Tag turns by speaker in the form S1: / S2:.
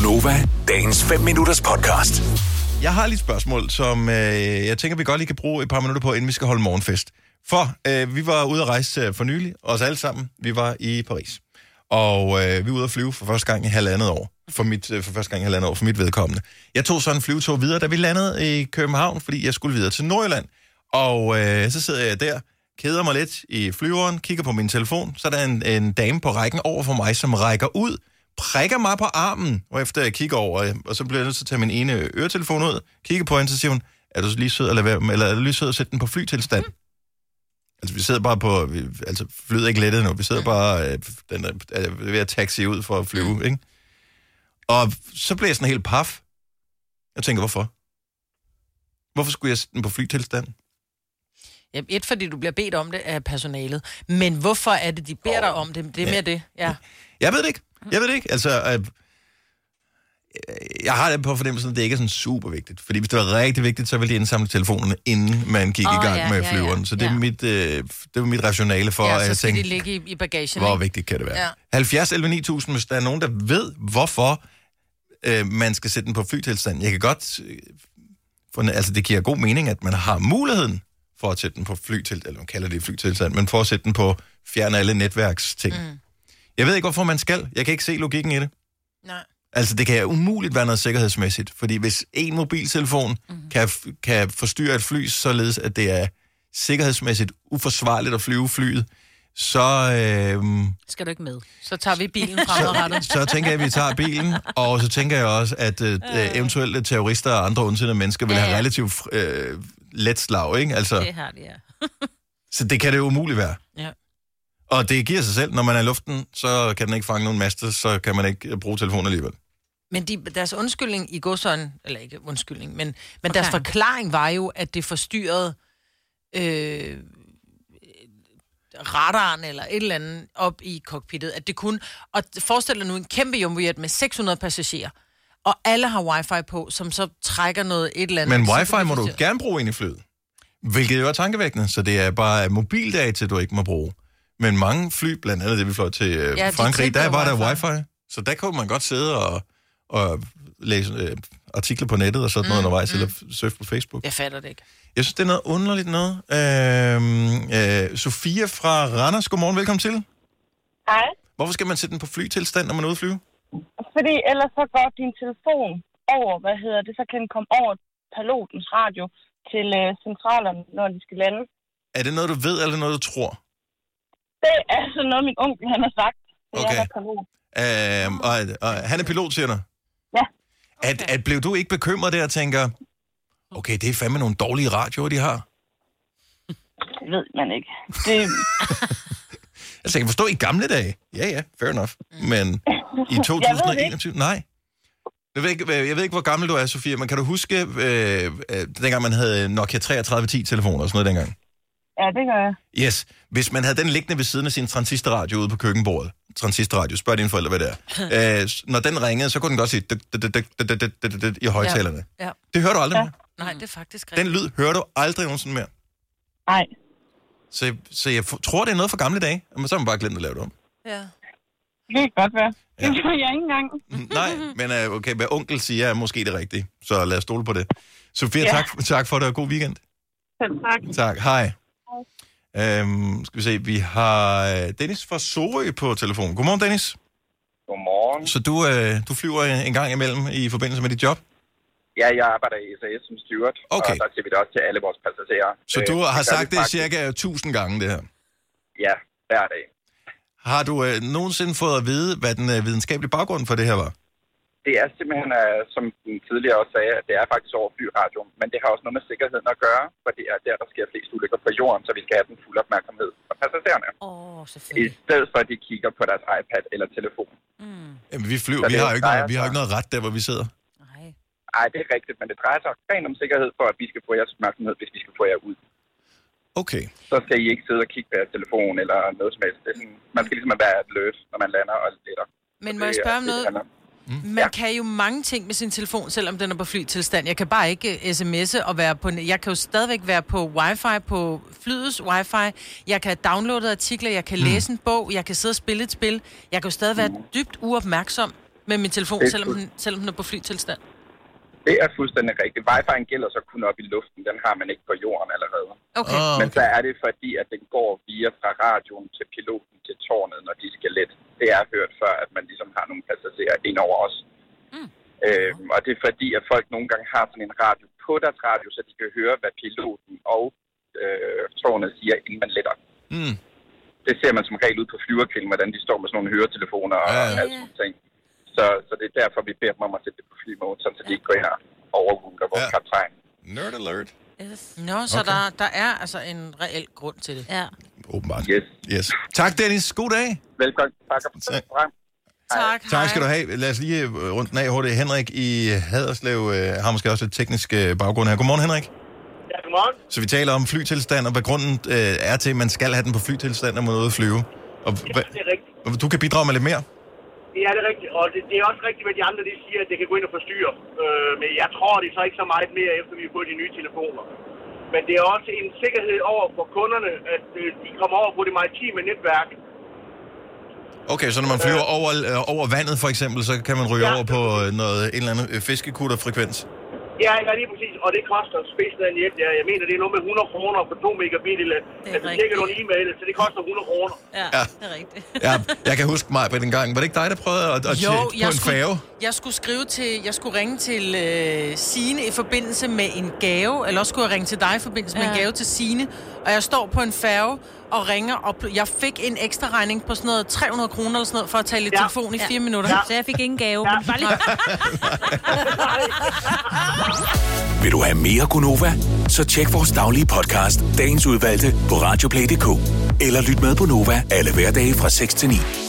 S1: Gonova, dagens 5 minutters podcast.
S2: Jeg har lige et spørgsmål, som jeg tænker, vi godt lige kan bruge et par minutter på, inden vi skal holde morgenfest. For vi var ude at rejse for nylig, os alle sammen. Vi var i Paris. Og vi var ude at flyve for første gang i halvandet år. For mit vedkommende. Jeg tog så en flyvetog videre, da vi landede i København, fordi jeg skulle videre til Nordjylland. Og så sidder jeg der, keder mig lidt i flyveren, kigger på min telefon. Så er der en dame på rækken over for mig, som rækker ud, prikker mig på armen, og efter jeg kigger over, og så bliver jeg nødt til at tage min ene øretelefon ud, kigger på hende, så siger hun, er du lige sød eller er du lige sød at sætte den på flytilstand? Altså, vi sidder bare på, flyet er ikke lettet nu, vi sidder bare ved at taxi ud for at flyve, ikke? Og så blev jeg sådan helt paf. Jeg tænker, hvorfor? Hvorfor skulle jeg sætte den på flytilstand?
S3: Ja, fordi du bliver bedt om det af personalet. Men hvorfor er det, de beder dig om det? Det er mere det, ja.
S2: Jeg ved det ikke. Altså, jeg har det på fornemmelsen, at det ikke er sådan super vigtigt. Fordi hvis det var rigtig vigtigt, så ville de indsamle telefonerne, inden man gik i gang med flyveren. Så det er mit rationale for, at jeg tænker,
S3: de ligge i bagagen.
S2: Hvor vigtigt kan det være? Ja. 70 11 9000, hvis der er nogen, der ved, hvorfor man skal sætte den på flytilstand. Jeg kan godt... det giver god mening, at man har muligheden for at sætte den på flytilstand, eller man kalder det flytilstand, men for at sætte den på fjerne alle netværksting. Jeg ved ikke, hvorfor man skal. Jeg kan ikke se logikken i det.
S3: Nej.
S2: Altså, det kan umuligt være noget sikkerhedsmæssigt, fordi hvis en mobiltelefon kan forstyrre et fly, således at det er sikkerhedsmæssigt uforsvarligt at flyve flyet, så...
S3: Skal du ikke med? Så tager vi bilen fremadrettet.
S2: Så tænker jeg, at vi tager bilen, og så tænker jeg også, at eventuelle terrorister og andre ondsindede mennesker vil have relativt let slag, ikke? Altså,
S3: det har de, ja.
S2: Så det kan det jo umuligt være.
S3: Ja.
S2: Og det giver sig selv, når man er i luften, så kan den ikke fange nogen master, så kan man ikke bruge telefonen alligevel.
S3: Men deres undskyldning i godsøjne, eller ikke undskyldning, men deres forklaring var jo, at det forstyrrede radaren eller et eller andet op i cockpittet, at det kunne, og forestil dig nu en kæmpe jumbojet med 600 passagerer, og alle har wifi på, som så trækker noget et eller andet.
S2: Men wifi må du gerne bruge ind i flyet, hvilket jo er tankevækkende, så det er bare mobildata, du ikke må bruge. Men mange fly, blandt andet det, vi fløj til Frankrig, der var der wifi, så der kunne man godt sidde og læse artikler på nettet og sådan noget undervejs, eller surfe på Facebook.
S3: Jeg fatter det ikke.
S2: Jeg synes, det er noget underligt noget. Sofia fra Randers, godmorgen, velkommen til.
S4: Hej.
S2: Hvorfor skal man sætte den på flytilstand, når man er ude at flyve?
S4: Fordi ellers så går din telefon over, så kan den komme over pilotens radio til centralerne, når de skal lande.
S2: Er det noget, du ved, eller noget, du tror?
S4: Det er altså noget, min onkel han har sagt.
S2: Okay. Og han er pilot, siger du?
S4: Ja.
S2: At blev du ikke bekymret der og tænker, okay, det er fandme nogle dårlige radioer, de har?
S4: Det ved man ikke.
S2: Altså, jeg kan forstå i gamle dage. Ja, fair enough. Men i 2021, nej. Jeg ved ikke, hvor gammel du er, Sofia, men kan du huske, dengang man havde Nokia 3310-telefoner og sådan noget dengang?
S4: Ja, det gør jeg.
S2: Yes. Hvis man havde den liggende ved siden af sin transistorradio ude på køkkenbordet, transistorradio, spørg dine forældre, hvad det er. Når den ringede, så kunne den godt sige i højtalerne.
S3: Ja.
S2: Det hører du aldrig mere.
S3: Nej, det er faktisk rigtigt.
S2: Den lyd hører du aldrig nogensinde mere.
S4: Nej.
S2: Så jeg tror, det er noget for gamle dage, men så har man bare glemt at lave det om.
S3: Ja.
S4: Det kan godt være. Det gør jeg ikke engang.
S2: Nej, men okay, hvad onkel siger er måske det rigtige, så lad os stole på det. Sofia, tak for det, og god weekend.
S4: Selv tak.
S2: Tak, hej. Skal vi se, vi har Dennis fra Sorø på telefonen. Godmorgen, Dennis.
S5: Godmorgen.
S2: Så du flyver en gang imellem i forbindelse med dit job?
S5: Ja, jeg arbejder i SAS som steward,
S2: okay.
S5: Og der siger vi det også til alle vores passagerer.
S2: Så du har sagt det cirka 1000 gange, det her?
S5: Ja, hver dag.
S2: Har du nogensinde fået at vide, hvad den videnskabelige baggrund for det her var?
S5: Det er simpelthen, som den tidligere også sagde, at det er faktisk over flyradio, men det har også noget med sikkerheden at gøre, for det er der sker flest ulykker på jorden, så vi skal have den fulde opmærksomhed fra passagererne. I stedet for, at de kigger på deres iPad eller telefon.
S2: Jamen, vi har jo ikke noget ret der, hvor vi sidder.
S5: Nej, det er rigtigt, men det drejer sig rent om sikkerhed for, at vi skal få jeres opmærksomhed, hvis vi skal få jer ud.
S2: Okay.
S5: Så skal I ikke sidde og kigge på jeres telefon eller noget som helst. Det er sådan, man skal ligesom være alert, når man lander og letter.
S3: Men må jeg spørge om noget? Man kan jo mange ting med sin telefon, selvom den er på flytilstand. Jeg kan bare ikke sms'e og være på... Jeg kan jo stadigvæk være på wifi, på flyets wifi. Jeg kan downloade artikler, jeg kan læse en bog, jeg kan sidde og spille et spil. Jeg kan jo stadig være dybt uopmærksom med min telefon, selvom den er på flytilstand?
S5: Det er fuldstændig rigtigt. Wi-Fi'en gælder så kun op i luften. Den har man ikke på jorden allerede.
S3: Okay.
S5: Men så er det fordi, at den går via fra radioen til piloten til tårnet, når de skal let. Det er hørt før, at man ligesom har nogle passagerer ind over os. Og det er fordi, at folk nogle gange har sådan en radio på deres radio, så de kan høre, hvad piloten og tårnet siger, inden man letter. Det ser man som regel ud på flyverkvælden, hvordan de står med sådan nogle høretelefoner og alt sådan ting. Så det er derfor, vi beder dem om at sætte det på flymode, så de ikke går ind og overruler vores kaptajn.
S2: Nerd alert.
S3: Yes. Så der er altså en reel grund til det.
S6: Ja.
S2: Åbenbart. Yes. Tak, Dennis. God dag.
S5: Velkommen.
S2: Tak skal du have. Lad os lige rundt den af hurtigt. Henrik i Haderslev har måske også et teknisk baggrund her. Godmorgen, Henrik.
S7: Ja, godmorgen.
S2: Så vi taler om flytilstand, og hvad grunden er til, at man skal have den på flytilstand, når man er ude at flyve. Og
S7: det er rigtigt.
S2: Du kan bidrage med lidt mere.
S7: Ja, det er rigtigt. Og det er også rigtigt, hvad de andre de siger, at det kan gå ind og forstyrre. Men jeg tror, det er så ikke så meget mere, efter vi har fået de nye telefoner. Men det er også en sikkerhed over for kunderne, at de kommer over på det maritime netværk.
S2: Okay, så når man flyver over vandet for eksempel, så kan man ryge over på en eller anden fiskekutterfrekvens?
S7: Ja, lige præcis. Og det koster spidsen af en hjem. Jeg mener, det er noget med 100 kroner for 2 megabit. Altså, tjekker du en e-mail, så det koster 100 kroner.
S3: Ja, det er rigtigt.
S2: Jeg kan huske mig på den gang. Var det ikke dig, der prøvede at tjekke på en færge?
S3: Jeg skulle ringe til Signe i forbindelse med en gave, eller også skulle jeg ringe til dig i forbindelse med en gave til Signe, og jeg står på en færge og ringer, og jeg fik en ekstra regning på sådan noget 300 kroner eller sådan noget, for at tale i telefon i 4 minutter.
S6: Så jeg fik ingen gave, men bare lige...
S1: Vil du have mere Gunova? Så tjek vores daglige podcast, dagens udvalgte, på radioplay.dk. Eller lyt med på Nova alle hverdage fra 6 til 9.